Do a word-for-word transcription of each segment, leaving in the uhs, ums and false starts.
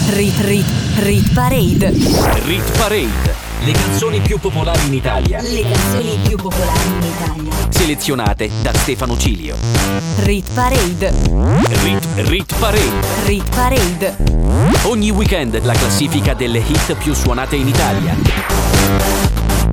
Rit Rit Rit Parade. Rit Parade. Le canzoni più popolari in Italia. Le canzoni più popolari in Italia. Selezionate da Stefano Cilio. Rit Parade. Rit Rit Parade. Rit Parade. Ogni weekend la classifica delle hit più suonate in Italia.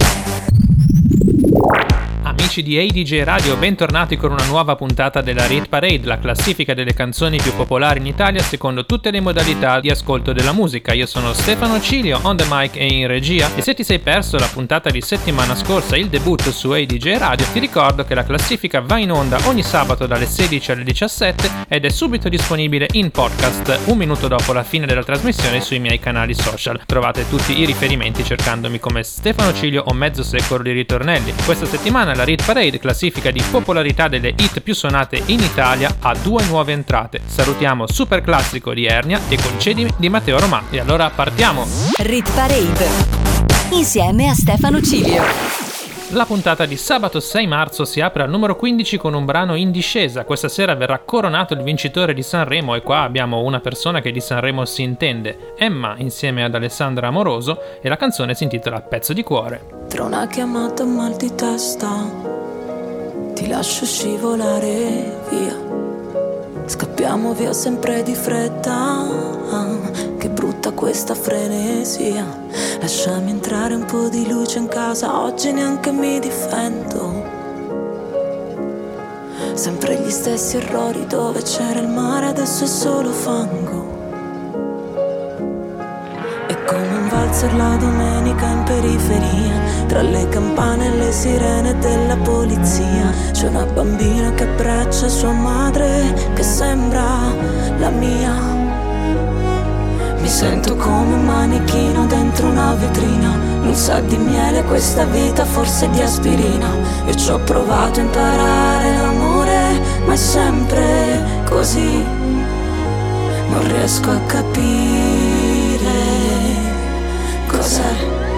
Amici di A D J Radio, bentornati con una nuova puntata della Rit Parade, la classifica delle canzoni più popolari in Italia secondo tutte le modalità di ascolto della musica. Io sono Stefano Cilio, on the mic e in regia, e se ti sei perso la puntata di settimana scorsa, il debutto su A D J Radio, ti ricordo che la classifica va in onda ogni sabato dalle sedici alle diciassette ed è subito disponibile in podcast un minuto dopo la fine della trasmissione sui miei canali social. Trovate tutti i riferimenti cercandomi come Stefano Cilio o Mezzo Secolo di Ritornelli. Questa settimana la Rit Parade, classifica di popolarità delle hit più suonate in Italia, ha due nuove entrate. Salutiamo Super Classico di Ernia e Concedimi di Matteo Romà. E allora partiamo! Rit Parade insieme a Stefano Cilio. La puntata di sabato sei marzo si apre al numero quindici con un brano in discesa. Questa sera verrà coronato il vincitore di Sanremo e qua abbiamo una persona che di Sanremo si intende, Emma insieme ad Alessandra Amoroso, e la canzone si intitola Pezzo di cuore. Tra una chiamata e un mal di testa ti lascio scivolare via, scappiamo via sempre di fretta, che brutta questa frenesia. Lasciami entrare un po' di luce in casa, oggi neanche mi difendo. Sempre gli stessi errori, dove c'era il mare adesso è solo fango. È come un valzer la domenica in periferia, tra le campane e le sirene della polizia. C'è una bambina che abbraccia sua madre, che sembra la mia. Mi sento come un manichino dentro una vetrina, non sa di miele questa vita, forse di aspirina. Io ci ho provato a imparare l'amore, ma è sempre così. Non riesco a capire cos'è.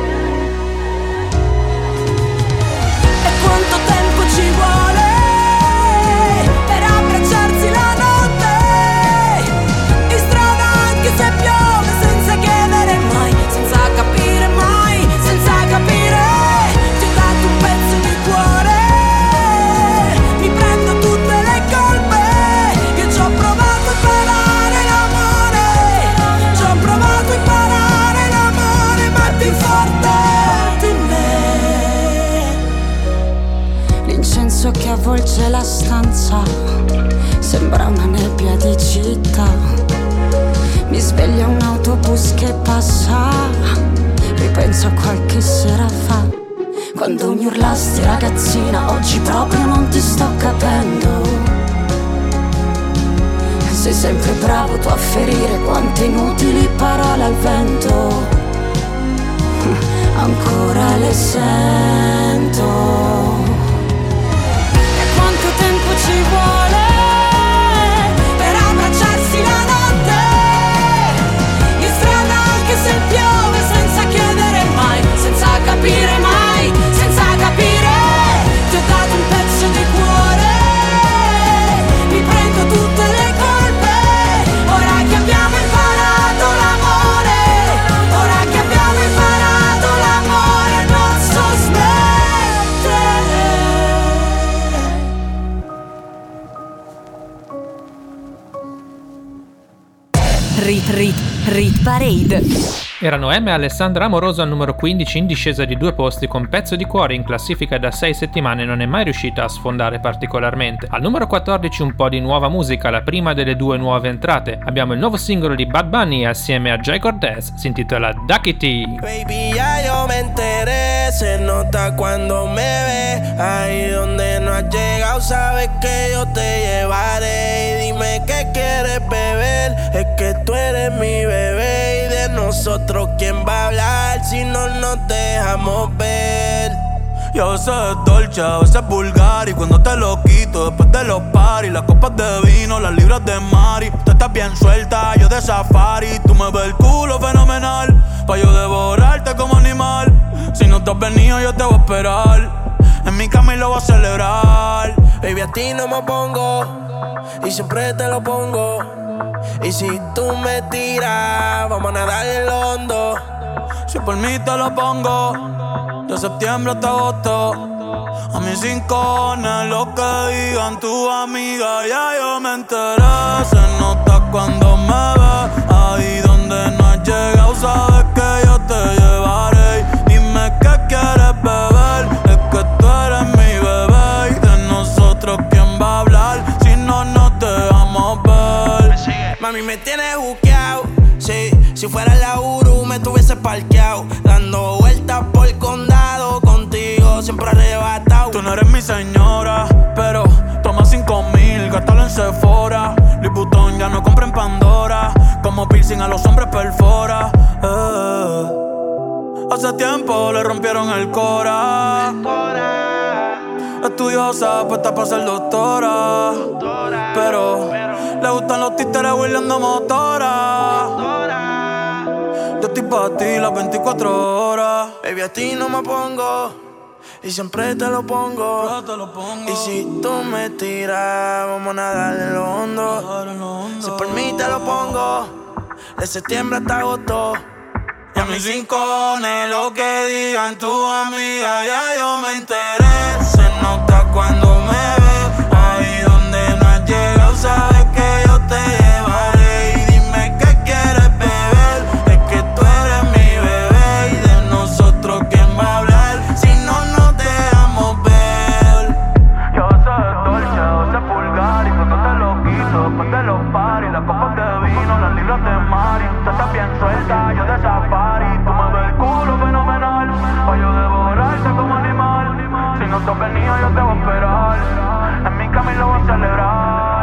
E quanto tempo ci vuole per abbracciarsi la notte, in strada anche se piove, senza chiedere mai, senza capire mai, senza capire. Ti ho dato un pezzo di cuore, mi prendo tutte le colpe. Io ci ho provato a imparare l'amore, ci ho provato a imparare l'amore, ma più forte di me. L'incenso che avvolge la stanza sembra una nebbia di città. Mi sveglia un autobus che passa, ripenso a qualche sera fa, quando mi urlasti ragazzina, oggi proprio non ti sto capendo. Sei sempre bravo tu a ferire quante inutili parole al vento, ancora le sento. E quanto tempo ci vuole per abbracciarsi la notte, in strada anche se piove, senza chiedere mai, senza capire mai, senza capire. Ti ho dato un pezzo di cuore, mi prendo tutte le colpe. Ora che abbiamo imparato l'amore, ora che abbiamo imparato l'amore, non so smettere. Rit Rit Rit Parade. Erano Emma e Alessandra Amoroso al numero quindici, in discesa di due posti con Pezzo di cuore, in classifica da sei settimane, non è mai riuscita a sfondare particolarmente. Al numero quattordici un po' di nuova musica, la prima delle due nuove entrate. Abbiamo il nuovo singolo di Bad Bunny assieme a Jay Cortez, si intitola Ducky T. Baby, ya yo me enteré, se nota cuando me ve. Ahí donde no has llegado, sabes que yo te llevaré. Y dime qué quieres beber, es que tú eres mi bebé. Y de nosotros, ¿quién va a hablar si no nos dejamos ver? Y a veces es dolce, a veces es vulgar. Y cuando te lo quito después de los party, las copas de vino, las libras de Mari. Tú estás bien suelta, yo de safari. Tú me ves el culo fenomenal, pa' yo devorarte como animal. Si no te has venido yo te voy a esperar en mi cama y lo voy a celebrar. Baby, a ti no me pongo y siempre te lo pongo. Y si tú me tiras, vamos vamos a nadar en lo hondo. Si por mí te lo pongo, de septiembre hasta agosto. A mis rincones, lo que digan tu amiga, ya yo me enteré. Se nota cuando me ves, ahí donde no has llegado, sabes que yo te llevaré. Dime qué quieres beber, es que tú eres mi bebé. Y de nosotros, ¿quién va a hablar si no nos dejamos ver? Mami, me tienes buqueado, sí. Si fuera la Uru me tuviese parqueado, dando vueltas por el condado, contigo siempre arrebatado. Tú no eres mi señora, pero toma cinco mil, gástalo en Sephora. Louis Vuitton ya no compra en Pandora, como piercing a los hombres perfora. eh. Hace tiempo le rompieron el cora. Estudiosa, puesta para ser doctora, pero le gustan los títeres huirleando motora. Yo estoy pa' ti las veinticuatro horas. Baby, a ti no me pongo y siempre te lo pongo. Te lo pongo. Y si tú me tiras, vamos a nadar en lo hondo. Si por mí te lo pongo, de septiembre hasta agosto. Y a mis rincones, lo que digan tu amiga, ya yo me enteré. Se nota cuando me ves, ahí donde no has llegado, sabes que yo te llevaré. Y dime qué quieres beber, es que tú eres mi bebé. Y de nosotros, ¿quién va a hablar si no nos dejamos ver? Yo a veces es dolce, a veces es vulgar, y cuando te lo quito, después de los paris, las copas de vino, las libras de Mari. Tú estás bien suelta, yo de safari. Tú me ves el culo fenomenal, pa' yo devorarte como animal. Si no te has venido, yo te voy a esperar. En mi camino lo voy a celebrar.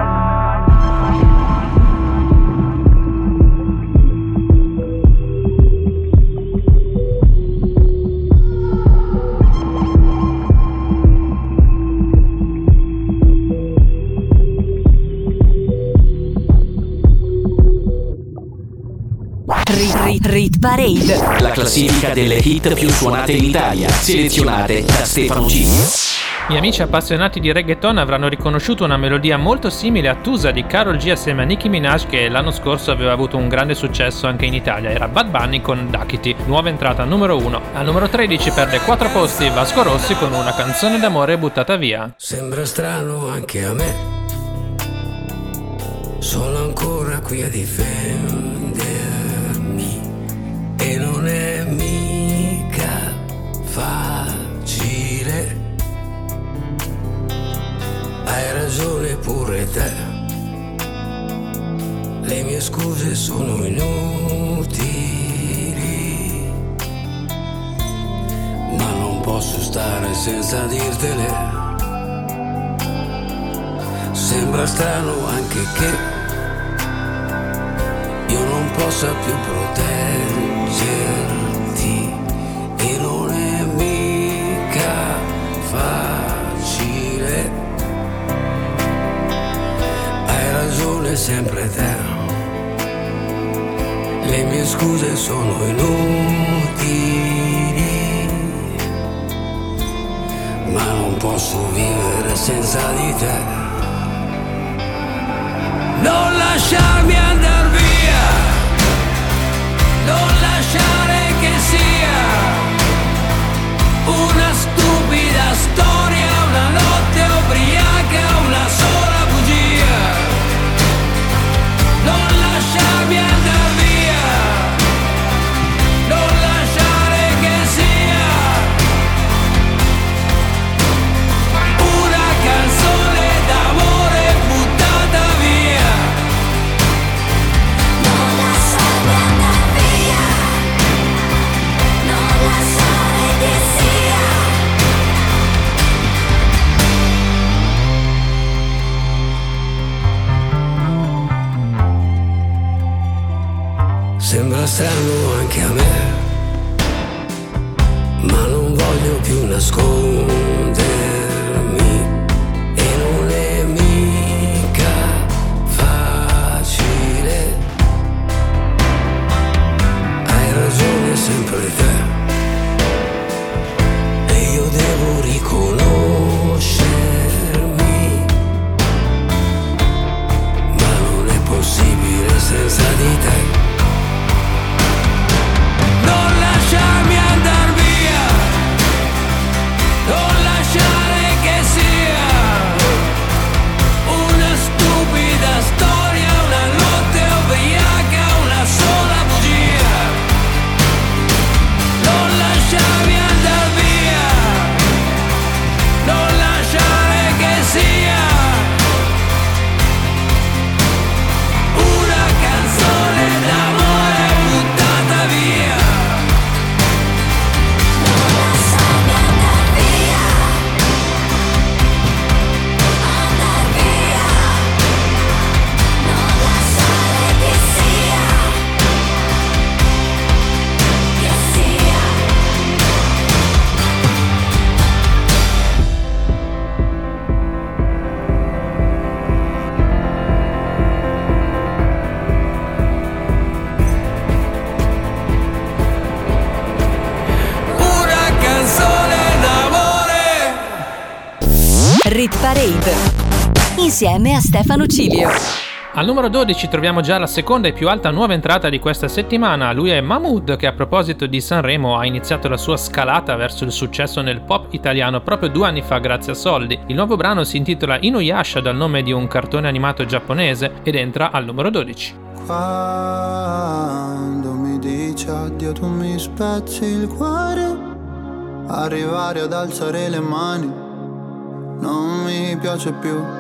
Rit, rit, rit Parade. La classifica delle hit più suonate in Italia, selezionate da Stefano Cilio. Gli amici appassionati di reggaeton avranno riconosciuto una melodia molto simile a Tusa di Karol G assieme a Nicki Minaj, che l'anno scorso aveva avuto un grande successo anche in Italia. Era Bad Bunny con Duckity, nuova entrata numero uno. Al numero tredici perde quattro posti Vasco Rossi con Una canzone d'amore buttata via. Sembra strano anche a me, sono ancora qui a difendermi e non è mica facile. Hai ragione pure te, le mie scuse sono inutili, ma non posso stare senza dirtele. Sembra strano anche che io non possa più proteggerti e non è mica facile. Hai ragione sempre te, le mie scuse sono inutili, ma non posso vivere senza di te. Non lasciarmi andar via, non lasciare che sia una stupida storia, una notte ubriaca, una sola bugia. Non lasciarmi andar via, non lasciare che sia una canzone d'amore buttata via. Non lasciarmi andar via, non lasciare che sia. Sembra strano anche a me, ma non voglio più nascondermi e non è mica facile. Hai ragione sempre te e io devo riconoscermi, ma non è possibile senza di te. Rit Parade insieme a Stefano Cilio. Al numero dodici troviamo già la seconda e più alta nuova entrata di questa settimana. Lui è Mahmood, che a proposito di Sanremo ha iniziato la sua scalata verso il successo nel pop italiano proprio due anni fa grazie a Soldi. Il nuovo brano si intitola Inuyasha, dal nome di un cartone animato giapponese, ed entra al numero dodici. Quando mi dici addio tu mi spezzi il cuore, arrivare ad alzare le mani non mi piace più.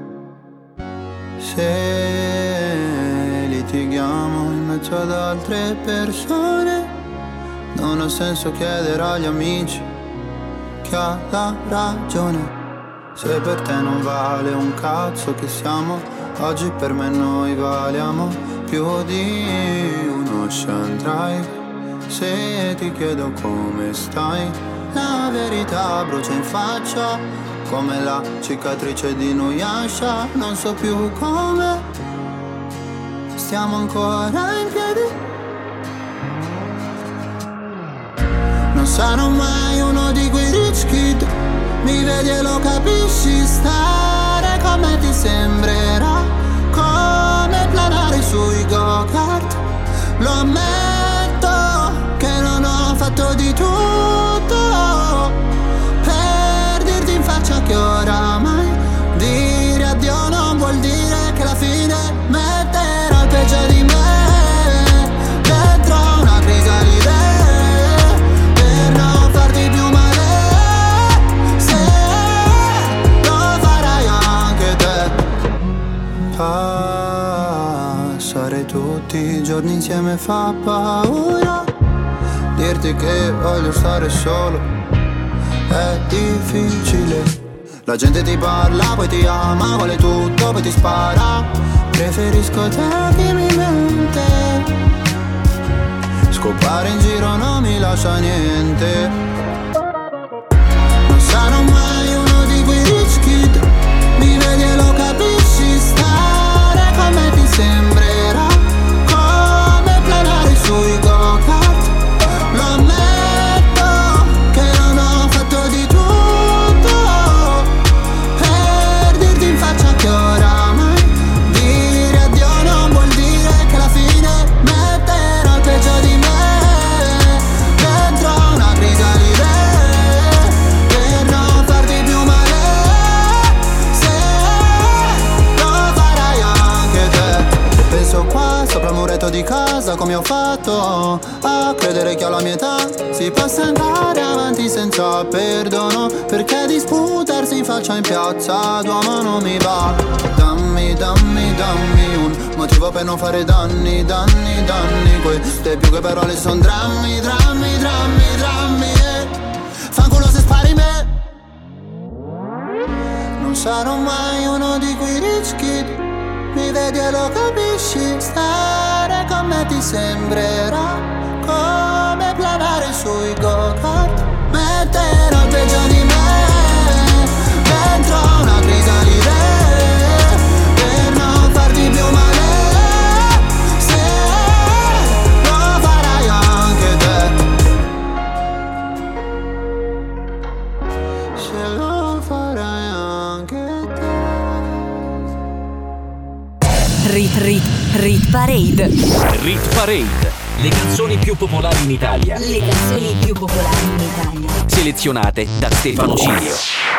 Se litighiamo in mezzo ad altre persone, non ha senso chiedere agli amici chi ha la ragione. Se per te non vale un cazzo che siamo, oggi per me noi valiamo più di un Ocean Drive. Se ti chiedo come stai, la verità brucia in faccia come la cicatrice di Inuyasha. Non so più come stiamo ancora in piedi. Non sarò mai uno di quei rich kid, mi vedi e lo capisci. Stare con me ti sembrerà come planare sui go-kart. Lo ammetto che non ho fatto di tutto per dirti in faccia che oramai dire addio non vuol dire che la fine metterò il peggio di me dentro una crisalide per non farti più male. Se lo farai anche te, passare tutti i giorni insieme fa paura. Dirti che voglio stare solo è difficile. La gente ti parla, poi ti ama, vuole tutto, poi ti spara. Preferisco te che mi mente. Scopare in giro non mi lascia niente. Non sarò mai uno di quei rich kid, mi vedi e lo capisci. Stare con me ti sembrerà come planare sui go-kart. Lo ammetto che non ho fatto di tutto per dirti in faccia che oramai dire addio non vuol dire che alla fine metterò il peggio di me dentro una crisalide per non farti più male. Se lo farai anche te. Penso qua sopra il muretto di casa come ho fatto a credere che alla mia età si possa andare avanti senza perdono, perché disputarsi in faccia in piazza d'uomo non mi va. Dammi, dammi, dammi un motivo per non fare danni, danni, danni. Queste più che parole son drammi, drammi, drammi, drammi eh. Fanculo se spari me. Non sarò mai uno di quei rich kid, mi vedi e lo capisci. Stare con me ti sembrerà come planare sui go-kart. Metterò il peggio di me dentro una crisalide per non farti più male. Se lo farai anche te, se lo farai anche te. Rit Rit Rit Parade. Rit Parade. Le canzoni più popolari in Italia. Le canzoni più popolari in Italia. Selezionate da Stefano Cilio.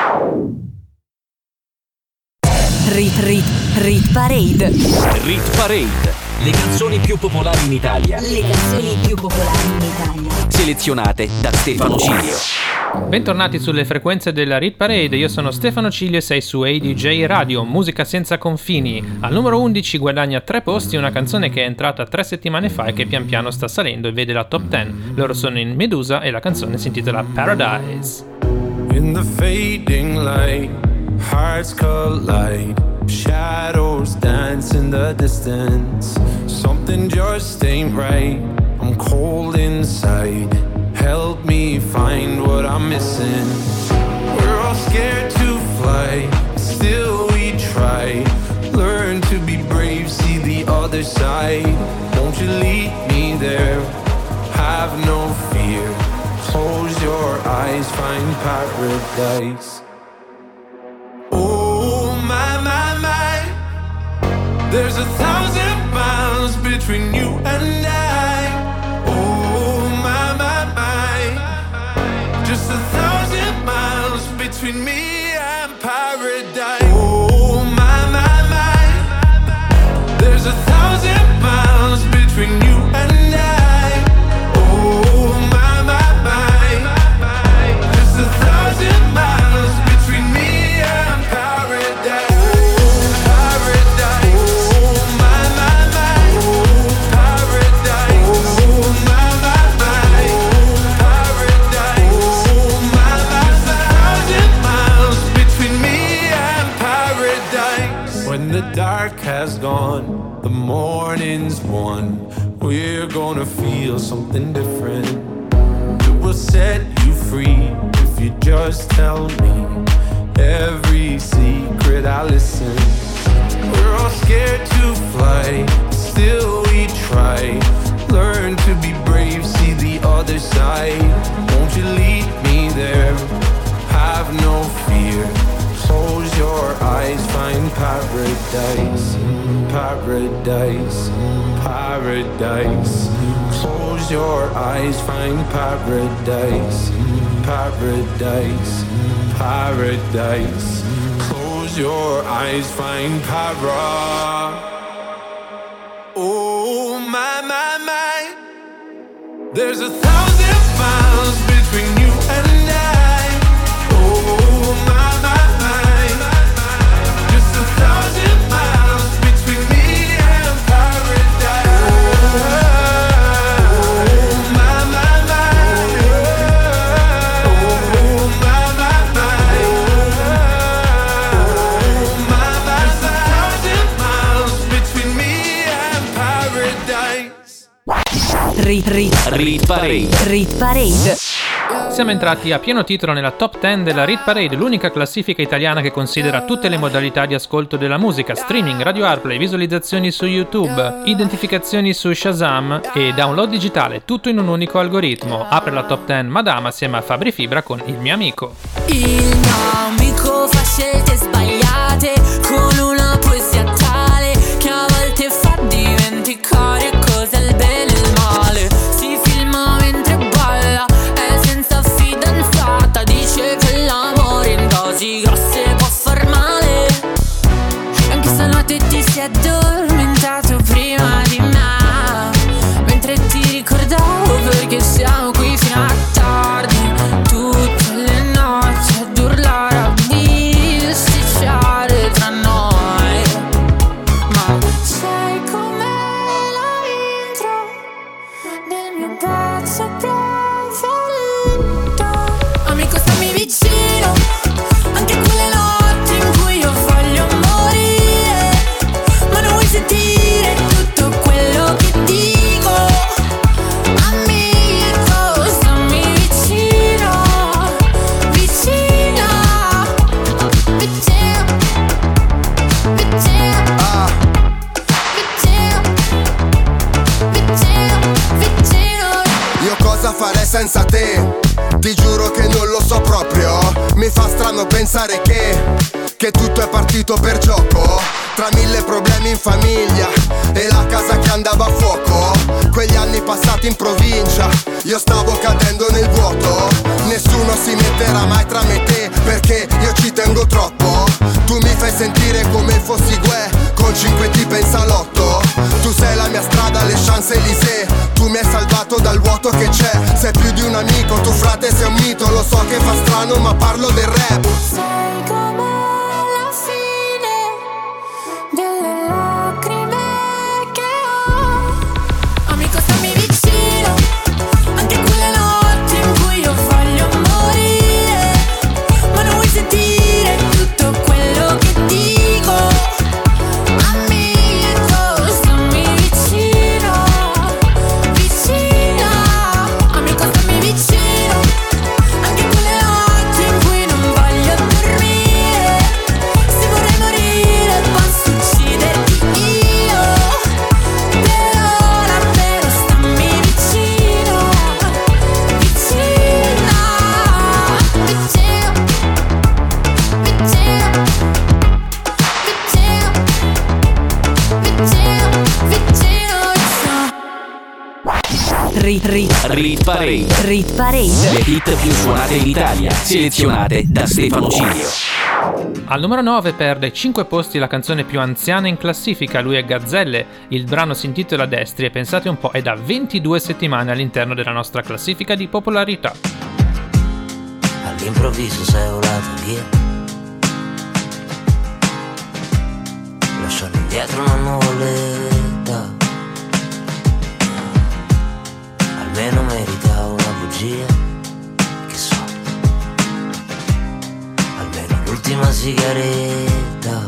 Rit Rit Rit Parade. Rit Parade. Le canzoni più popolari in Italia. Le canzoni più popolari in Italia. Selezionate da Stefano Cilio. Bentornati sulle frequenze della Rit Parade, io sono Stefano Cilio e sei su A D J Radio, musica senza confini. Al numero undici guadagna tre posti una canzone che è entrata tre settimane fa e che pian piano sta salendo e vede la top dieci. Loro sono in Medusa e la canzone si intitola Paradise. In the fading light, hearts collide, shadows dance in the distance. Something just ain't right, I'm cold inside. Help me find what I'm missing. We're all scared to fly, still we try. Learn to be brave, see the other side. Won't you lead me there? Have no fear. Close your eyes, find paradise. Oh, There's a thousand miles between you and I. Oh my, my, my. Just a thousand miles between me and paradise. Oh my, my, my. There's a thousand miles between you and I. Oh my, my, my. Just a thousand miles between me and paradise. The dark has gone, the morning's won. We're gonna feel something different. It will set you free if you just tell me every secret. I listen. We're all scared to fly, still we try. Learn to be brave, see the other side. Won't you lead me there? Have no fear. Close your eyes, find paradise, paradise, paradise. Close your eyes, find paradise, paradise, paradise. Close your eyes, find para. Oh my, my, my. There's a thousand miles between you and I. Oh my, my. Thousand miles between me and paradise. Oh my, my, my. Oh my, my, my. Oh my, my, thousand miles between me and paradise. Rit, rit, Rit Parade. Rit Parade. Siamo entrati a pieno titolo nella top dieci della Rit Parade, l'unica classifica italiana che considera tutte le modalità di ascolto della musica: streaming, radio AirPlay, visualizzazioni su YouTube, identificazioni su Shazam e download digitale, tutto in un unico algoritmo. Apre la top dieci Madama assieme a Fabri Fibra con Il mio amico. Il mio amico fa scelte sbagliate con una poesia tale che a volte fa dimenticare cos'è il bene e il male. Si filma mentre balla, è senza fidanzata, dice che l'amore in dosi grosse può far male. Anche stanotte ti sei addormentato prima di me, mentre ti ricordavo perché siamo qui fino a tardi, tutte le notti ad urlare, a bisticciare tra noi. Ma sai com'è la intro del mio pezzo preferito? Amico, stammi vicino anche quelle notti in cui io voglio morire, ma non vuoi sentire tutto quello che dico. Amico, stammi vicino, vicino, vicino, vicino, Ah, vicino, vicino, vicino. io cosa farei senza te? Ti giuro che non lo so proprio. Mi fa strano pensare che Che tutto è partito per gioco, tra mille problemi in famiglia e la casa che andava a fuoco. Quegli anni passati in provincia, io stavo cadendo nel vuoto. Nessuno si metterà mai tra me e te, perché io ci tengo troppo. Tu mi fai sentire come fossi Gue, con cinque tipe in salotto. Tu sei la mia strada, le Champs-Élysées. Tu mi hai salvato dal vuoto che c'è. Sei più di un amico, tu frate sei un mito. Lo so che fa strano ma parlo del rap. Sai com'è la fine delle lacrime che ho. Amico, stammi vicino anche quelle notti in cui io voglio morire, ma non vuoi sentire tutto quello che dico. Amico, stammi vicino, vicino. Amico, stammi vicino anche quelle notti in cui non voglio dormire, Rit Rit Rit Parade. Rit Parade. Le hit più suonate in Italia, selezionate da Stefano Cilio. Al numero nove perde cinque posti la canzone più anziana in classifica, lui è Gazzelle. Il brano si intitola Destri e pensate un po', è da ventidue settimane all'interno della nostra classifica di popolarità. All'improvviso sei volato via, lasciando indietro una nuvoletta. Almeno meritavo una bugia, che so, almeno l'ultima sigaretta.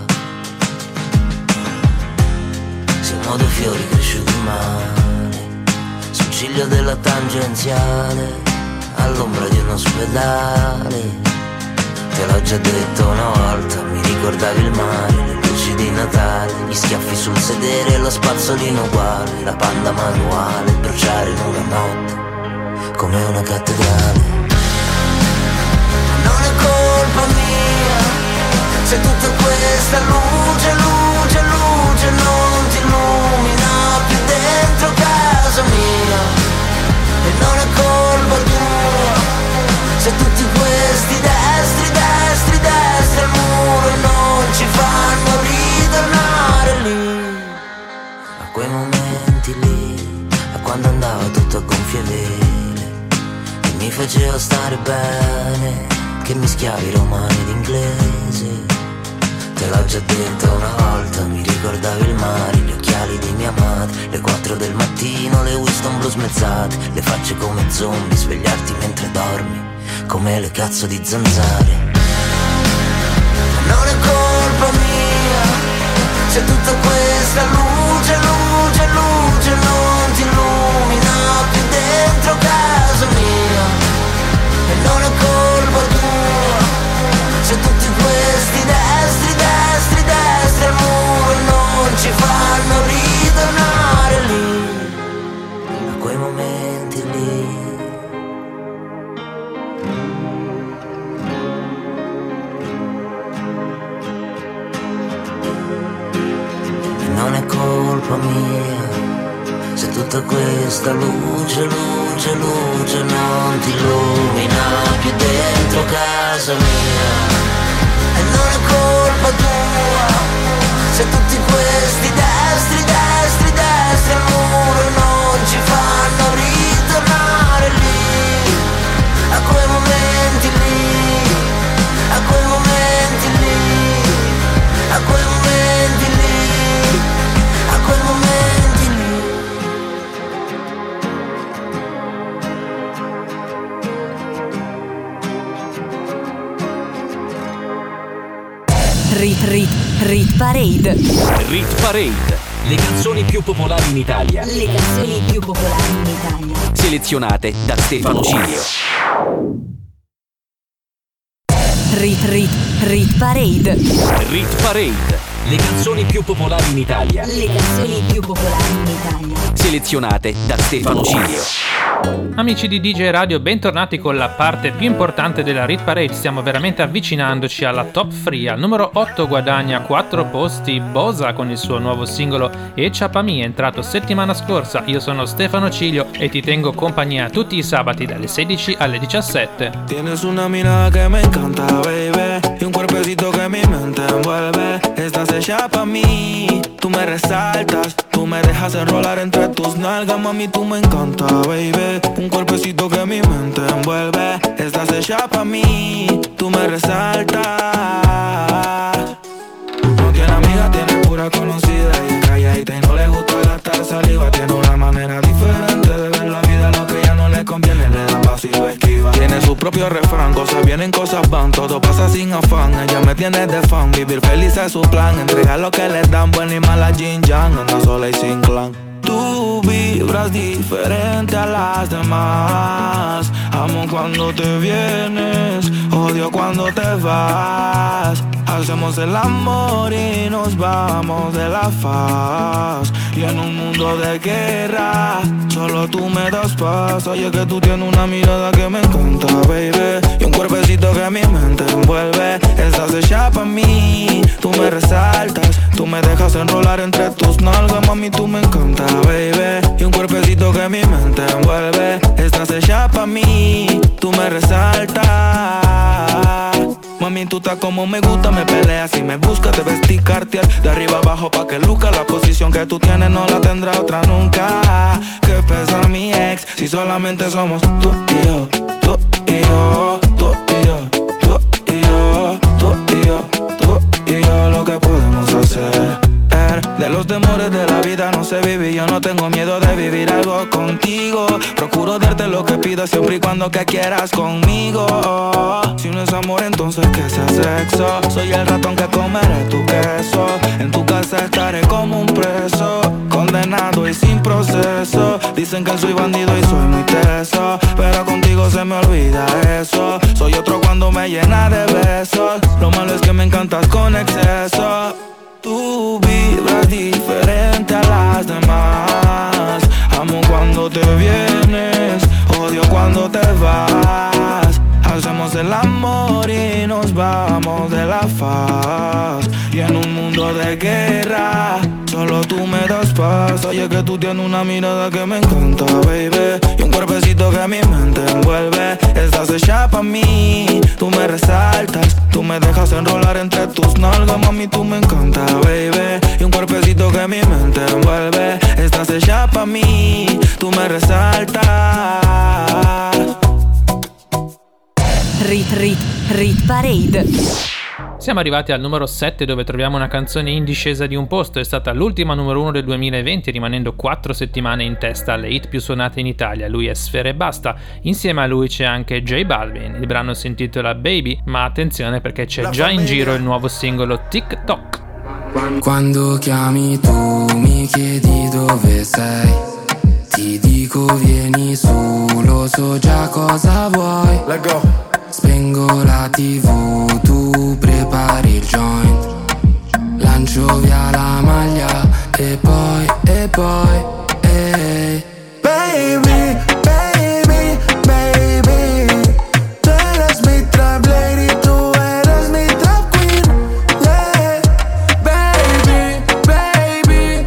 Siamo due fiori cresciuti male, sul ciglio della tangenziale, all'ombra di un ospedale. Te l'ho già detto una volta, mi ricordavi il mare, le luci di Natale, gli schiaffi sul sedere, lo spazzolino uguale, la panda manuale, bruciare in una notte come una cattedrale. Non è colpa mia se tutta questa luce, luce, luce non ti illumina più dentro casa mia. E non è colpa tua se tutti questi destri, destri, destri al muro non ci fanno ritornare lì, a quei momenti lì, a quando andava tutto a gonfie vele e mi faceva stare bene, che mischiavi romani ed inglese. Te l'ho già detto una volta, mi ricordavi il mare, gli occhiali di mia madre, le quattro del mattino, le Winston blu smezzate, le facce come zombie, svegliarti mentre dormi come le cazzo di zanzare. Non è colpa mia se tutta questa luce, luce, luce non ti illumina più dentro casa mia. E non è colpa tua se tutti questi destri, destri, destri al muro non ci fanno ritornare lì, a quei momenti lì. Non è colpa mia se tutta questa luce, luce, luce non ti illumina più dentro casa mia. E non è colpa tua se tutti questi destri, destri, destri al muro non ci fanno ritornare lì, a quei momenti lì, a quei momenti lì, a quei momenti lì, a quei momenti lì. Rit Rit Rit Parade. Rit Parade. Le canzoni più popolari in Italia. Le canzoni più popolari in Italia. Selezionate da Stefano Cilio. Rit Rit Rit Parade. Rit Parade. Le canzoni più popolari in Italia. Le canzoni più popolari in Italia. Selezionate da Stefano Cilio. Amici di D J Radio, bentornati con la parte più importante della Rit Parade. Stiamo veramente avvicinandoci alla top tre. Al numero otto guadagna quattro posti Bosa con il suo nuovo singolo Echapami, è entrato settimana scorsa. Io sono Stefano Cilio e ti tengo compagnia tutti i sabati dalle sedici alle diciassette. Tienes una mirada que me encanta, baby, y un cuerpecito que mi mente envuelve. Estás hecha pa' mí, tú me resaltas, tú me dejas enrolar entre tus nalgas, mami, tú me encanta, baby. Un cuerpecito que mi mente envuelve. Estás hecha pa' mí, tú me resaltas. No tiene amiga, tiene pura conocida y es calladita y no le gusta gastar saliva. Tiene una manera diferente de ver la vida, lo que ya no le conviene le da paso y lo esquiva. Tiene su propio refrán, cosas vienen, cosas van, todo pasa sin afán. Ella me tiene de fan, vivir feliz es su plan. Entregar lo que le dan, buena y mala Jin Yang, anda sola y sin clan. Tú vibras diferente a las demás. Amo cuando te vienes, odio cuando te vas. Hacemos el amor y nos vamos de la faz. Y en un mundo de guerra, solo tú me das paz. Oye que tú tienes una mirada que me encanta, baby, y un cuerpecito que mi mente envuelve. Estás hecha pa' mí, tú me resaltas. Tú me dejas enrolar entre tus nalgas, mami, tú me encanta, baby, y un cuerpecito que mi mente envuelve. Estás hecha pa' mí, tú me resaltas. Mami, tú estás como me gusta, me peleas y me buscas, te vestí Cartier de arriba abajo pa' que luzca. La posición que tú tienes no la tendrá otra nunca. Que pesa mi ex, si solamente somos tú y yo, tú y yo, tú y yo, tú y yo, tú y yo, tú y yo, lo que podemos hacer. De los temores de la vida no sé vivir. Yo no tengo miedo de vivir algo contigo. Procuro darte lo que pidas siempre y cuando que quieras conmigo. Si no es amor, entonces que sea sexo. Soy el ratón que comeré tu queso. En tu casa estaré como un preso, condenado y sin proceso. Dicen que soy bandido y soy muy teso, pero contigo se me olvida eso. Soy otro cuando me llena de besos. Lo malo es que me encantas con exceso. Tú vibras diferente a las demás. Amo cuando te vienes, odio cuando te vas. Hacemos el amor y nos vamos de la faz. Y en un mundo de guerra, solo tú me das paz. Oye que tú tienes una mirada que me encanta, baby, y un cuerpecito que mi mente envuelve. Estás hecha pa' mí, tú me resaltas. Tú me dejas enrolar entre tus nalgas, mami, tú me encanta, baby, y un cuerpecito que mi mente envuelve. Estás hecha pa' mí, tú me resaltas. Rit Rit Rit Parade. Siamo arrivati al numero sette, dove troviamo una canzone in discesa di un posto. È stata l'ultima numero uno del duemilaventi, rimanendo quattro settimane in testa alle hit più suonate in Italia. Lui è Sfera Ebbasta, insieme a lui c'è anche J Balvin. Il brano si intitola Baby, ma attenzione perché c'è già in giro il nuovo singolo TikTok. Quando chiami tu mi chiedi dove sei, ti dico vieni su, lo so già cosa vuoi. Let go. Spengo la tivù, tu prepari il joint, lancio via la maglia e poi, e poi, ehi. Baby, baby, baby, tú eres mi trap lady, tú eres mi trap queen, yeah. Baby, baby,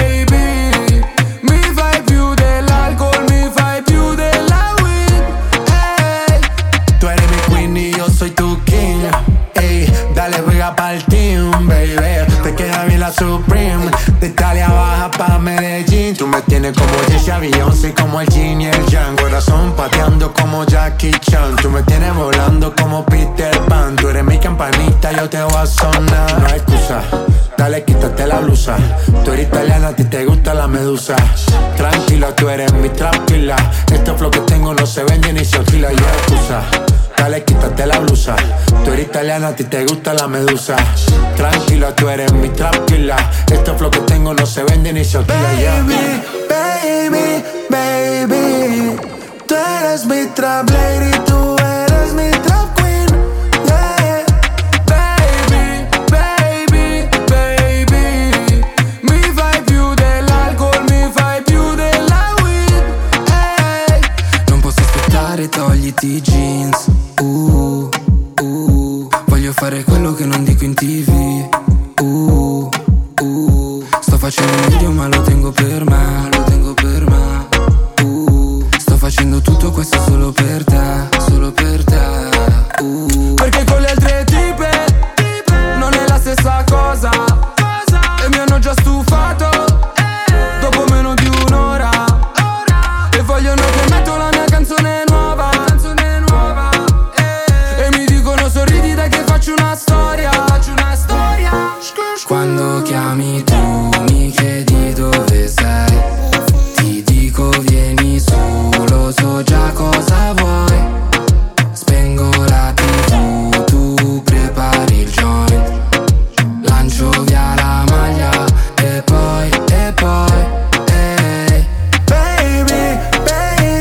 baby, mi fai più dell'alcol, mi fai più della weed, hey. Tú eres mi queen y yo soy tu king, ey. Dale juega pa'l team, baby, te queda bien la Supreme. De Italia baja pa' Medellín. Tú me tienes como Jessie Beyoncé, como el Jin y el Yang. Corazón pateando como Jackie Chan. Tú me tienes volando como Peter Pan. Tú eres mi campanita, yo te voy a sonar. No hay excusa, dale quítate la blusa. Tú eres italiana, a ti te gusta la medusa. Tranquila, tú eres mi tranquila. Este flow que tengo no se vende ni se alquila. Y no hay excusa, dale quítate la blusa. Tú eres italiana, a ti te gusta la medusa. Tranquila, tú eres mi tranquila. Este flow que tengo no se vende ni se alquila. Baby, baby, baby, tú eres mi trap lady, tú eres mi trap queen, yeah. Baby, baby, baby, mi fai più dell'alcol, mi fai più della weed, hey. Non posso aspettare, togliti i jeans, uh, uh. Voglio fare quello che non dico in tv, uh, uh. Sto facendo un video ma lo tengo per me, lo tengo per me, uh. Sto facendo tutto questo solo per te, solo per te, uh. Perché con le altre tipe non è la stessa cosa, e mi hanno già stufato dopo meno di un'ora, e vogliono che metto la mia canzone nuova, e mi dicono sorridi dai che faccio una storia, faccio una storia. Quando chiami tu mi chiedi dove sei, ti dico vieni su, lo so già cosa vuoi. Spengo la tivù, tu prepari il joint, lancio via la maglia e poi, e poi, ehi. Baby, baby,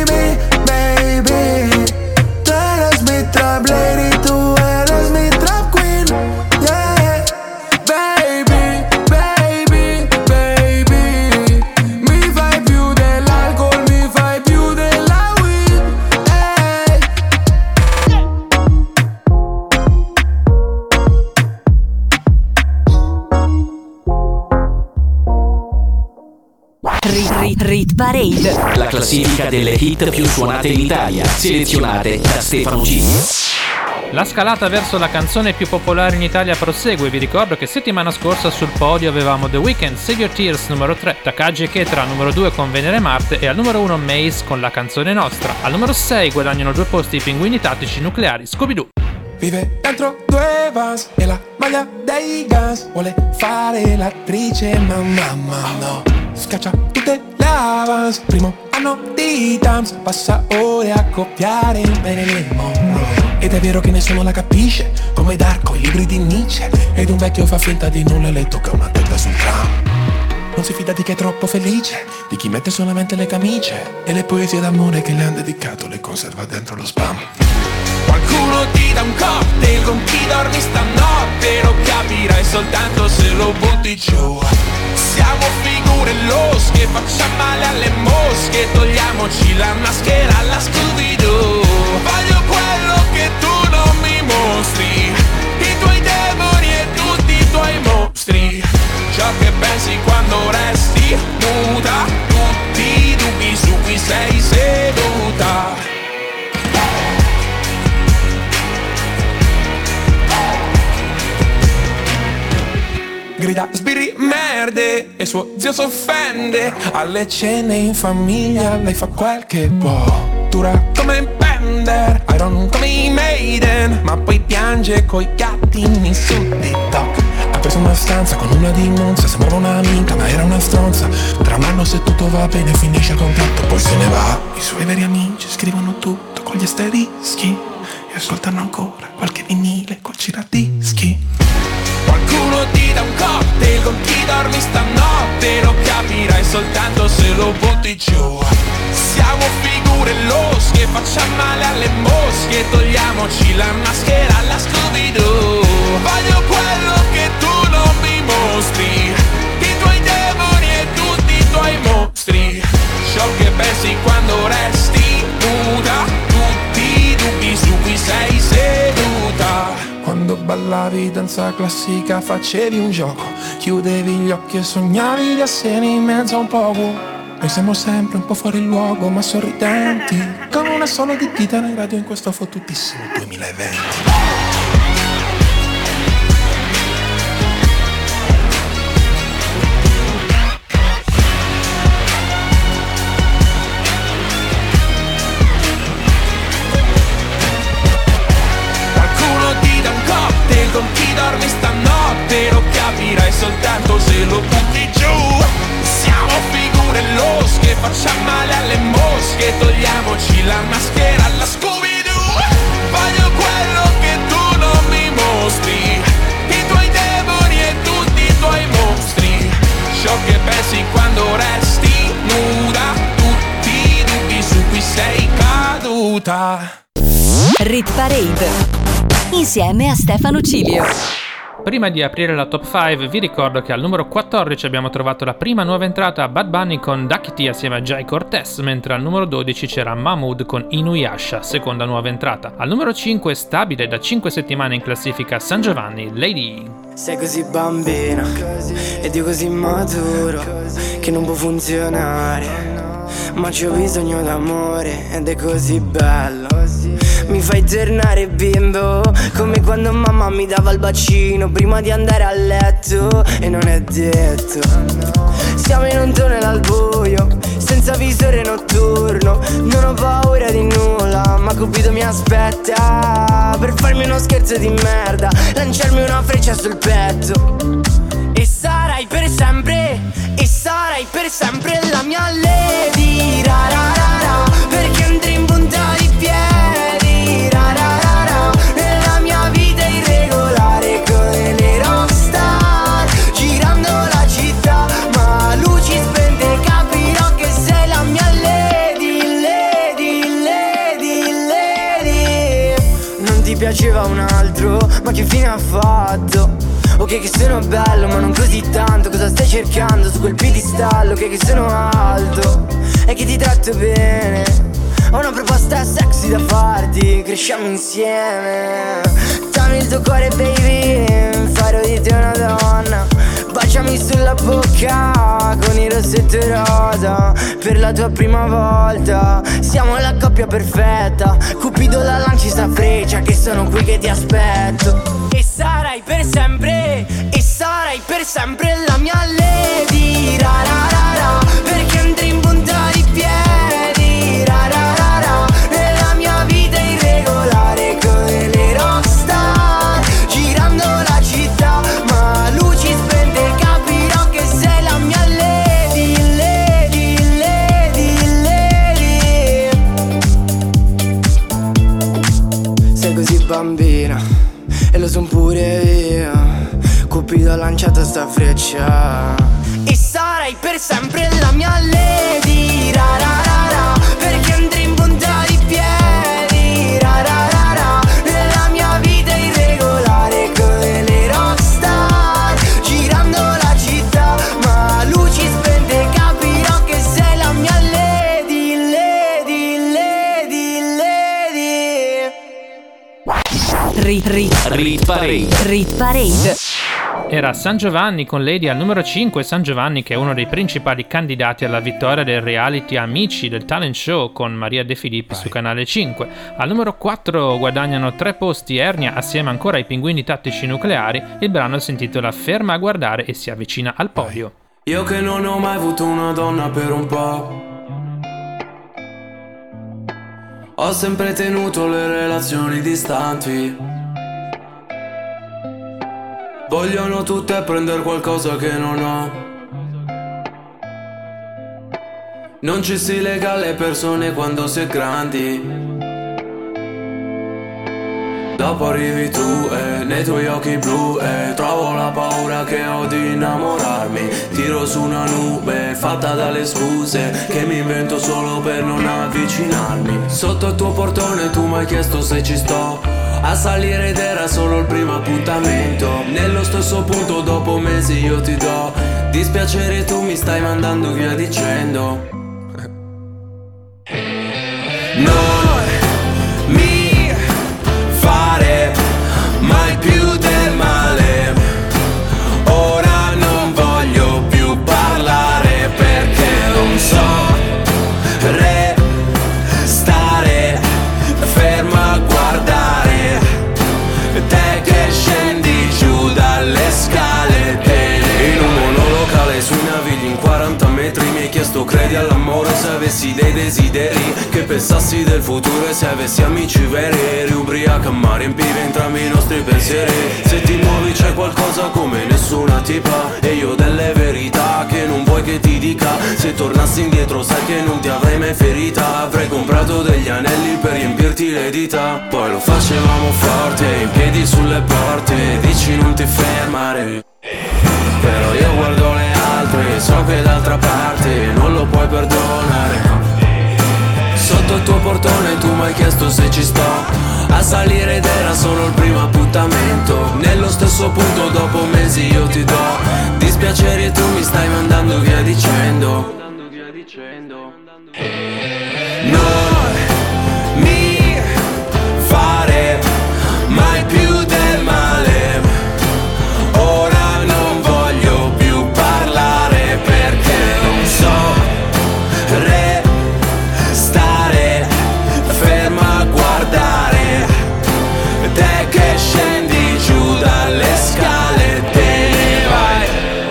Parade, la classifica delle hit più suonate in Italia, selezionate da Stefano Cilio. La scalata verso la canzone più popolare in Italia prosegue. Vi ricordo che settimana scorsa sul podio avevamo The Weeknd, Save Your Tears numero tre, Takagi e Ketra numero due con Venere Marte e al numero uno Mace con La canzone nostra. Al numero sei guadagnano due posti i Pinguini Tattici Nucleari Scooby-Doo. Vive dentro due vans e la maglia dei Guns. Vuole fare l'attrice ma mamma no. Scaccia tutte le avance. Primo anno di Tams. Passa ore a copiare Marilyn Monroe. Ed è vero che nessuno la capisce, come Darko, i libri di Nietzsche. Ed un vecchio fa finta di nulla e le tocca una testa sul tram. Non si fida di chi è troppo felice, di chi mette solamente le camicie. E le poesie d'amore che le han dedicato le conserva dentro lo spam. Qualcuno ti dà un cocktail con chi dormi stanotte. Lo capirai soltanto se lo butti giù. Siamo figure losche, facciamo male alle mosche. Togliamoci la maschera alla Scooby-Doo. Voglio quello che tu non mi mostri, i tuoi demoni e tutti i tuoi mostri. Ciò che pensi quando resti muta, tutti i dubbi su cui sei seduta. Grida sbirri merde e suo zio s'offende. Alle cene in famiglia lei fa quel che può. Dura come Bender, Iron come i Maiden. Ma poi piange coi gattini su TikTok. Ha preso una stanza con una di Monza. Sembrava un'amica ma era una stronza. Tra un anno se tutto va bene finisce il contratto, poi se ne va. I suoi veri amici scrivono tutto con gli asterischi e ascoltano ancora qualche vinile col giradischi. Qualcuno ti dà un cocktail con chi dormi stanotte. Lo capirai soltanto se lo butti giù. Siamo figure losche, facciamo male alle mosche. Togliamoci la maschera alla Scooby-Doo. Voglio quello che tu non mi mostri, i tuoi demoni e tutti i tuoi mostri. Ciò che pensi quando resti nuda, tutti i dubbi su cui sei seduta. Quando ballavi danza classica facevi un gioco. Chiudevi gli occhi e sognavi di essere in mezzo a un poco. Noi siamo sempre un po' fuori luogo ma sorridenti, con una sola di chitarra in radio in questo fottutissimo duemilaventi. Con chi dormi stanotte lo capirai soltanto se lo butti giù. Siamo figure losche, facciamo male alle mosche. Togliamoci la maschera alla Scooby-Doo. Voglio quello che tu non mi mostri, i tuoi demoni e tutti i tuoi mostri. Ciò che pensi quando resti nuda, tutti i dubbi su cui sei caduta. Rit Parade insieme a Stefano Cilio. Prima di aprire la top cinque vi ricordo che al numero quattordici abbiamo trovato la prima nuova entrata a Bad Bunny con Ducky T assieme a Jai Cortez, mentre al numero dodici c'era Mahmood con Inuyasha, seconda nuova entrata. Al numero cinque stabile da cinque settimane in classifica San Giovanni, Lady. Sei così bambina ed io così maturo che non può funzionare, ma c'ho bisogno d'amore ed è così bello. Mi fai tornare bimbo, come quando mamma mi dava il bacino prima di andare a letto. E non è detto, siamo in un tunnel al buio, senza visore notturno. Non ho paura di nulla, ma Cupido mi aspetta per farmi uno scherzo di merda, lanciarmi una freccia sul petto. E sarai per sempre, e sarai per sempre la mia lady, ra ra ra ra, perché andrei in punta di piedi, ra ra ra ra, nella mia vita irregolare come le rockstar, girando la città, ma luci spente capirò che sei la mia lady, lady, lady, lady. Non ti piaceva un altro, ma che fine ha fatto? Ok che sono bello ma non così tanto. Cosa stai cercando su quel piedistallo? Ok che sono alto e che ti tratto bene. Ho una proposta sexy da farti, cresciamo insieme. Dammi il tuo cuore baby, farò di te una donna. Bacia baciami sulla bocca con il rossetto rosa, per la tua prima volta. Siamo la coppia perfetta, Cupido la lanci sta freccia, che sono qui che ti aspetto. E sarai per sempre, e sarai per sempre la mia lady, ra ra ra ra, perché andrei in punta di piedi, ra ra ra ra, nella mia vita irregolare come le rockstar, girando la città, ma luci spente capirò che sei la mia lady, lady, lady, lady. Sei così bambina e lo son pure io, Cupido ha lanciato sta freccia. E sarai per sempre la mia lady, ra ra ra ra, perché andrei in punta di piedi, ra ra ra ra, nella mia vita irregolare come le rockstar, girando la città, ma luci spente capirò che sei la mia lady, lady, lady, lady. Rit, rit, Rit Parade. Rit Parade. Era San Giovanni con Lady al numero cinque. San Giovanni, che è uno dei principali candidati alla vittoria del reality Amici del talent show con Maria De Filippi su Canale cinque. Al numero quattro guadagnano tre posti Ernia assieme ancora ai Pinguini Tattici Nucleari. Il brano si intitola Ferma a guardare e si avvicina al podio. Io che non ho mai avuto una donna per un po', ho sempre tenuto le relazioni distanti. Vogliono tutte prendere qualcosa che non ho. Non ci si lega alle persone quando si è grandi. Dopo arrivi tu e nei tuoi occhi blu e trovo la paura che ho di innamorarmi. Tiro su una nube fatta dalle scuse che mi invento solo per non avvicinarmi. Sotto il tuo portone tu mi hai chiesto se ci sto a salire ed era solo il primo appuntamento. Nello stesso punto dopo mesi io ti do dispiacere, tu mi stai mandando via dicendo non mi fare mai più del male. Ora non voglio più parlare perché non so restare ferma a guardare te che scendi giù dalle scale. In un monolocale sui navigli in quaranta metri mi hai chiesto credi all'amore, se avessi dei desideri, che pensassi del futuro e se avessi amici veri. Eri ubriaca ma riempivi entrambi i nostri pensieri. Se ti muovi c'è qualcosa come nessuna tipa e io delle verità che non vuoi che ti dica. Se tornassi indietro sai che non ti avrei mai ferita. Avrei comprato degli anelli per riempirti le dita. Poi lo facevamo forte, in piedi sulle porte. Dici non ti fermare, però io guardo le altre, so che d'altra parte non lo puoi perdonare. Sotto il tuo portone tu mi hai chiesto se ci sto a salire ed era solo il primo appuntamento. Nello stesso punto dopo mesi io ti do dispiacere e tu mi stai mandando via dicendo non mi fare mai più del male. Ora non voglio più parlare perché non so restare ferma a guardare te che scendi giù dalle scale. Te ne vai,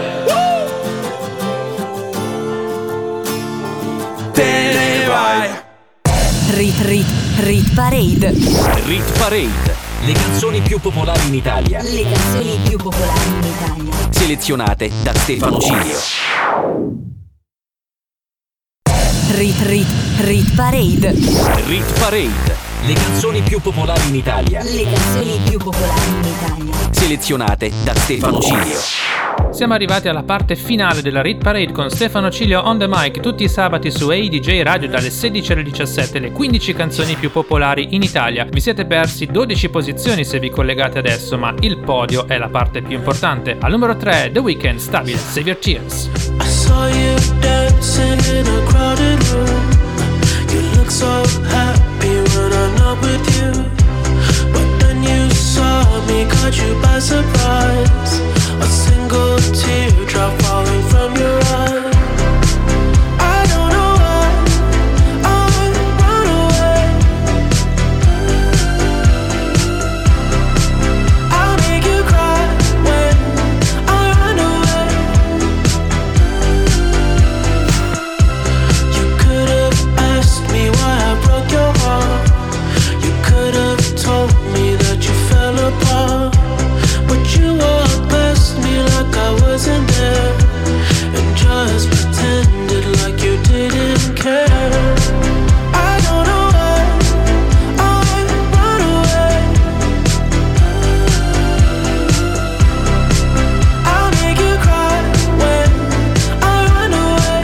te ne vai. Rit, rit, Rit Parade. Rit Parade. Le canzoni più popolari in Italia. Le canzoni più popolari in Italia. Selezionate da Stefano Cilio. Rit, rit, Rit Parade. Rit Parade. Le canzoni più popolari in Italia. Le canzoni più popolari in Italia. Selezionate da Stefano Cilio. Siamo arrivati alla parte finale della Rit Parade con Stefano Cilio on the mic tutti i sabati su A I D J Radio dalle sedici alle diciassette, le quindici canzoni più popolari in Italia. Vi siete persi dodici posizioni se vi collegate adesso, ma il podio è la parte più importante. Al numero tre The Weeknd, Stabile, Save Your Tears. I saw you dancing in a crowded room. You look so happy when I'm not with you. But then you saw me, caught you by surprise. A single teardrop broke your heart. You could have told me that you fell apart, but you walked past me like I wasn't there, and just pretended like you didn't care. I don't know why I run away. I'll make you cry when I run away.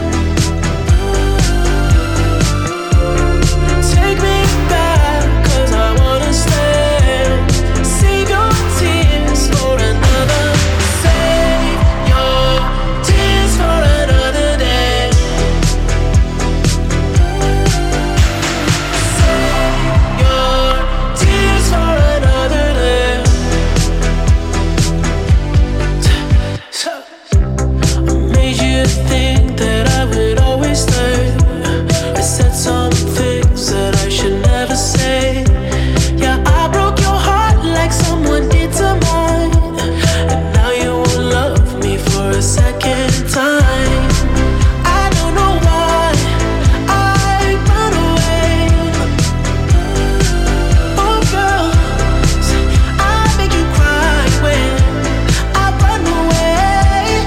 Take me back, cause I wanna stay. Save your tears for another. Save your tears for another day. Save your tears for another day. I made you think that I would always stay. I said some things that I should never say. Yeah, I broke your heart like someone did to mine, and now you won't love me for a second time. I don't know why I run away. Oh girl, I make you cry when I run away.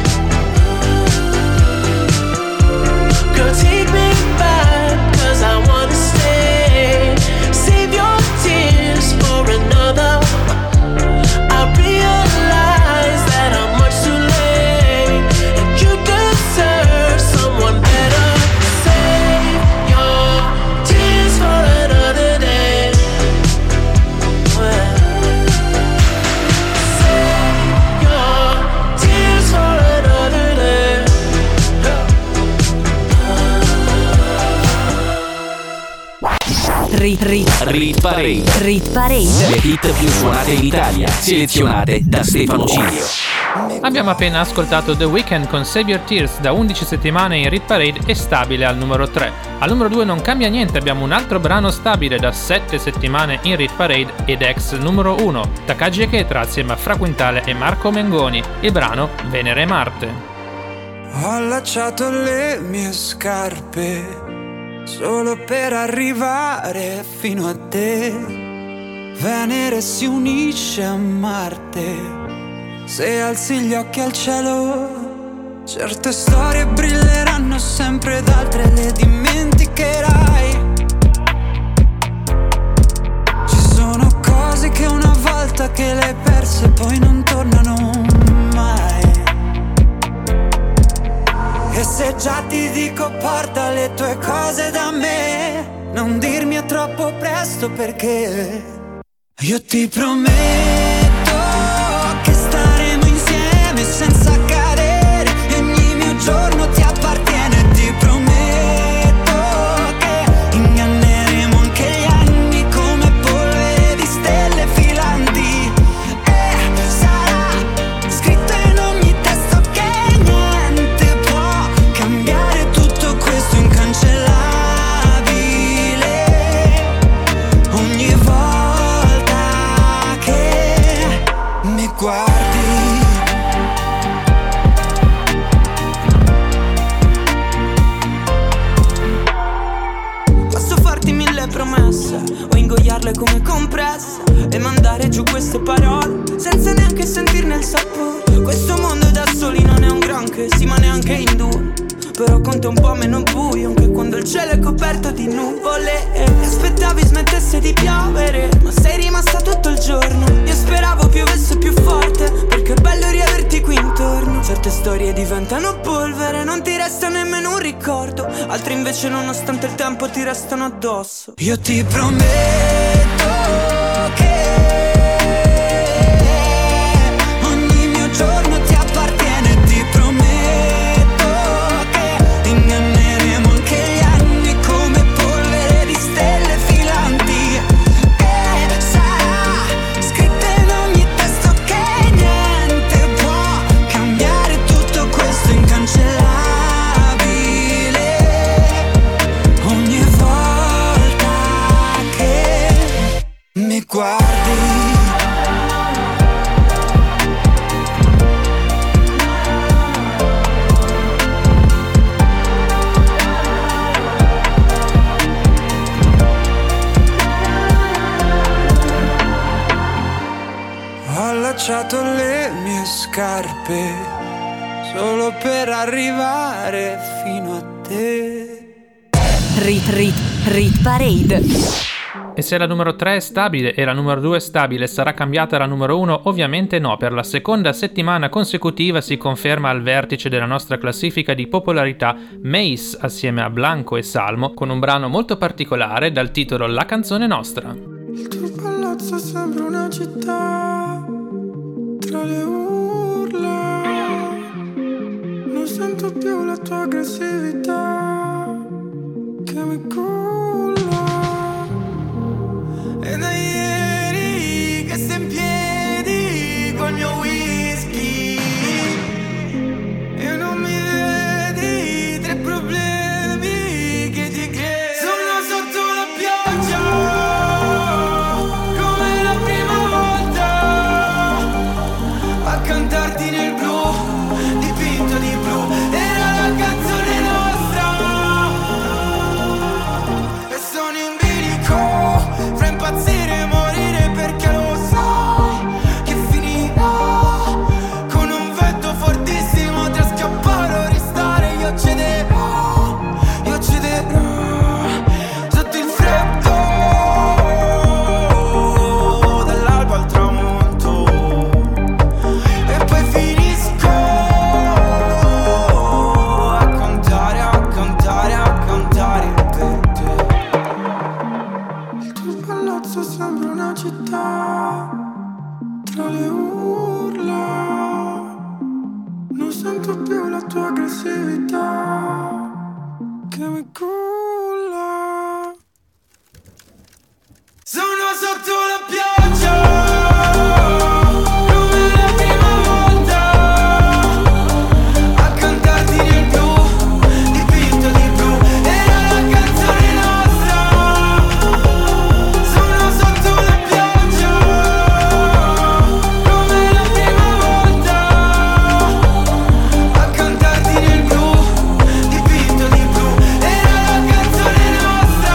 Girl, take me back, cause I wanna stay. Save your tears for another. I realize that I'm much too late, and you deserve someone better. Save your tears for another day. Save your tears for another day. Rit, rit, Rit Parade. rit parade. Le hit più suonate in Italia, selezionate da Stefano Cilio. Abbiamo appena ascoltato The Weeknd con Save Your Tears, da undici settimane in Rit Parade e stabile al numero tre. Al numero due non cambia niente, abbiamo un altro brano stabile da sette settimane in Rit Parade ed ex numero uno, Takagi e Ketra assieme a Fra Quintale e Marco Mengoni, il brano Venere e Marte. Ho allacciato le mie scarpe solo per arrivare fino a te. Venere si unisce a Marte se alzi gli occhi al cielo. Certe storie brilleranno sempre ed altre le dimenticherai. Ci sono cose che una volta che le hai perse poi non tornano mai. E se già ti dico porta le tue cose da me, non dirmi è troppo presto perché io ti prometto che staremo insieme senza cadere e ogni mio giorno ti appartiene. Ti prometto che inganneremo anche gli anni come polvere di stelle filanti. E sarà scritto in ogni testo che niente può cambiare tutto questo incancellabile. Ogni volta che mi guardi posso farti mille promesse o ingoiarle come compresse e mandare giù queste parole senza neanche sentirne il sapore. Questo mondo da soli non è un granché, sì ma neanche in due, però conta un po' meno buio anche quando il cielo è coperto di nuvole. E aspettavi smettesse di piovere, ma sei rimasta tutto il giorno. Io speravo piovesse più forte, perché è bello riaverti qui intorno. Certe storie diventano polvere, non ti resta nemmeno un ricordo. Altre invece nonostante il tempo ti restano addosso. Io ti prometto che ogni mio giorno ti appartiene. Ti prometto che inganneremo anche gli anni come polvere di stelle filanti. E sarà scritto in ogni testo che niente può cambiare tutto questo incancellabile. Ogni volta che mi guardi lasciato le mie scarpe solo per arrivare fino a te. Rit Rit Rit Parade. E se la numero tre è stabile e la numero due è stabile, sarà cambiata la numero uno? Ovviamente no, per la seconda settimana consecutiva si conferma al vertice della nostra classifica di popolarità Mace assieme a Blanco e Salmo con un brano molto particolare dal titolo La canzone nostra. Il tuo palazzo sembra una città tra le urla, non sento più la tua aggressività che mi culla. E da ieri che sei in piedi col mio whisky e non mi vedi, tre problemi che ti crei. Sono sotto la pioggia come la prima volta, a cantarti nel blu, dipinto di blu, era la canzone nostra. E sono in bilico fra impazzire e morire, perché lo sai che finirà con un vento fortissimo tra scappare o restare. Io cederò, io cederò sotto il freddo dall'alba al tramonto, e poi finisco a contare, a contare, a contare per te. Il tuo palazzo sembra una città tra le urla, non sento più la tua aggressività che mi culla. Sono sotto la pioggia come la prima volta, a cantarti nel blu, dipinto di blu, era la canzone nostra. Sono sotto la pioggia come la prima volta, a cantarti nel blu, dipinto di blu, era la canzone nostra.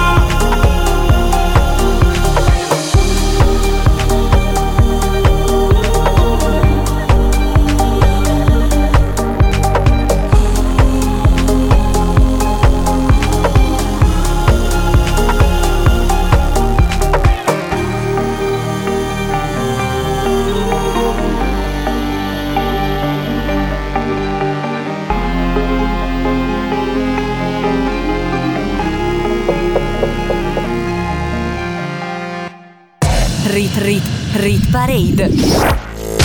Rit Rit Rit Parade.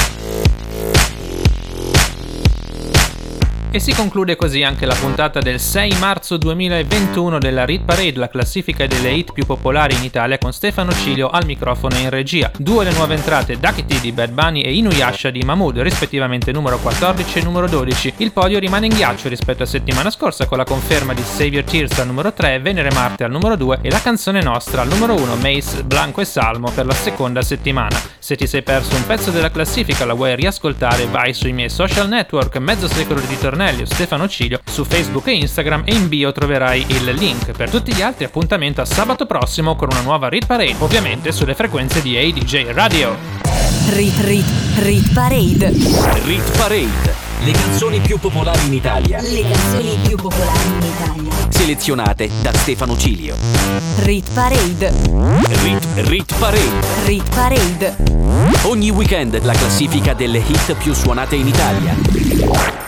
E si conclude così anche la puntata del sei marzo duemilaventuno della Rit Parade, la classifica delle hit più popolari in Italia, con Stefano Cilio al microfono e in regia. Due le nuove entrate, Ducky T di Bad Bunny e Inuyasha di Mahmood, rispettivamente numero quattordici e numero dodici. Il podio rimane in ghiaccio rispetto a settimana scorsa, con la conferma di Save Your Tears al numero tre, Venere Marte al numero due e la canzone nostra al numero uno, Mace, Blanco e Salmo per la seconda settimana. Se ti sei perso un pezzo della classifica, la vuoi riascoltare, vai sui miei social network, mezzo secolo di ritornelli o Stefano Cilio su Facebook e Instagram, e in bio troverai il link. Per tutti gli altri appuntamento a sabato prossimo con una nuova Rit Parade, ovviamente sulle frequenze di A D J Radio. Rit Rit Rit Parade. Rit Parade, le canzoni più popolari in Italia. Le canzoni più popolari in Italia. Selezionate da Stefano Cilio. Rit Parade. Rit, Rit Parade. Rit Parade. Ogni weekend la classifica delle hit più suonate in Italia.